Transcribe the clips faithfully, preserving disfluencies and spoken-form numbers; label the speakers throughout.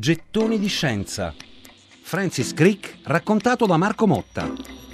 Speaker 1: Gettoni di scienza. Francis Crick raccontato da Marco Motta.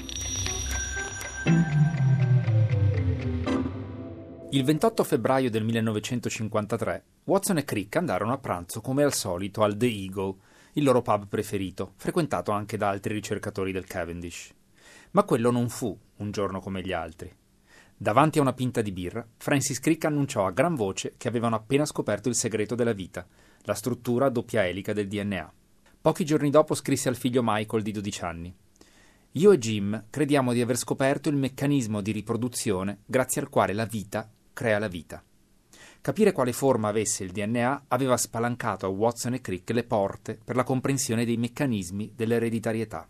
Speaker 2: Il ventotto febbraio del millenovecentocinquantatré, Watson e Crick andarono a pranzo come al solito al The Eagle, il loro pub preferito, frequentato anche da altri ricercatori del Cavendish. Ma quello non fu un giorno come gli altri. Davanti a una pinta di birra, Francis Crick annunciò a gran voce che avevano appena scoperto il segreto della vita, la struttura a doppia elica del D N A. Pochi giorni dopo scrisse al figlio Michael di dodici anni: «Io e Jim crediamo di aver scoperto il meccanismo di riproduzione grazie al quale la vita crea la vita». Capire quale forma avesse il D N A aveva spalancato a Watson e Crick le porte per la comprensione dei meccanismi dell'ereditarietà.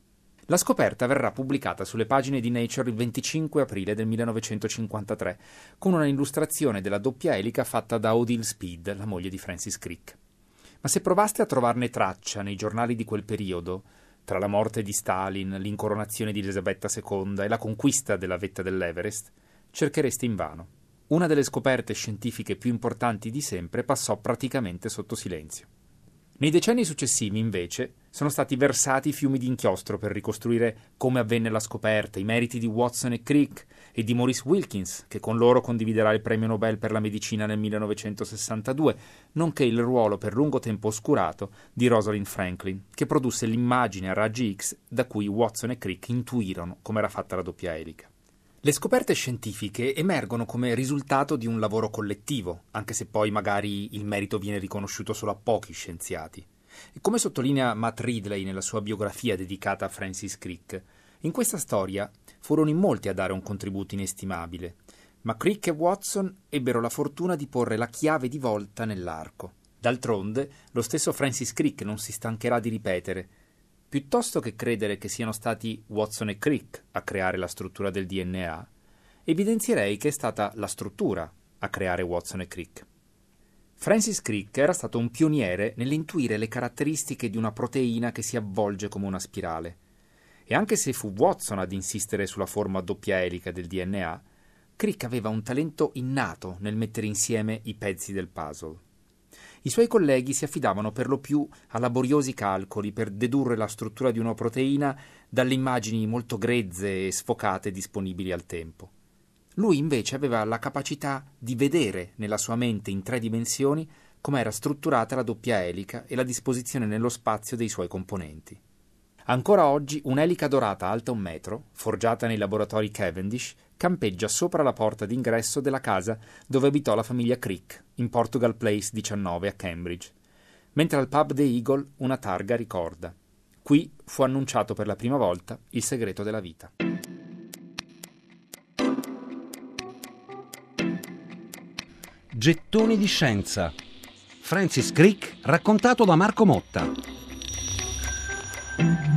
Speaker 2: La scoperta verrà pubblicata sulle pagine di Nature il venticinque aprile del millenovecentocinquantatré, con una illustrazione della doppia elica fatta da Odile Speed, la moglie di Francis Crick. Ma se provaste a trovarne traccia nei giornali di quel periodo, tra la morte di Stalin, l'incoronazione di Elisabetta seconda e la conquista della vetta dell'Everest, cerchereste invano. Una delle scoperte scientifiche più importanti di sempre passò praticamente sotto silenzio. Nei decenni successivi, invece, sono stati versati fiumi di inchiostro per ricostruire come avvenne la scoperta, i meriti di Watson e Crick e di Maurice Wilkins, che con loro condividerà il premio Nobel per la medicina nel millenovecentosessantadue, nonché il ruolo per lungo tempo oscurato di Rosalind Franklin, che produsse l'immagine a raggi X da cui Watson e Crick intuirono come era fatta la doppia elica. Le scoperte scientifiche emergono come risultato di un lavoro collettivo, anche se poi magari il merito viene riconosciuto solo a pochi scienziati. E come sottolinea Matt Ridley nella sua biografia dedicata a Francis Crick, in questa storia furono in molti a dare un contributo inestimabile, ma Crick e Watson ebbero la fortuna di porre la chiave di volta nell'arco. D'altronde, lo stesso Francis Crick non si stancherà di ripetere: piuttosto che credere che siano stati Watson e Crick a creare la struttura del D N A, evidenzierei che è stata la struttura a creare Watson e Crick. Francis Crick era stato un pioniere nell'intuire le caratteristiche di una proteina che si avvolge come una spirale. E anche se fu Watson ad insistere sulla forma a doppia elica del D N A, Crick aveva un talento innato nel mettere insieme i pezzi del puzzle. I suoi colleghi si affidavano per lo più a laboriosi calcoli per dedurre la struttura di una proteina dalle immagini molto grezze e sfocate disponibili al tempo. Lui invece aveva la capacità di vedere nella sua mente in tre dimensioni come era strutturata la doppia elica e la disposizione nello spazio dei suoi componenti. Ancora oggi un'elica dorata alta un metro, forgiata nei laboratori Cavendish, campeggia sopra la porta d'ingresso della casa dove abitò la famiglia Crick, in Portugal Place diciannove a Cambridge, mentre al pub The Eagle una targa ricorda: qui fu annunciato per la prima volta il segreto della vita.
Speaker 1: Gettoni di scienza. Francis Crick raccontato da Marco Motta.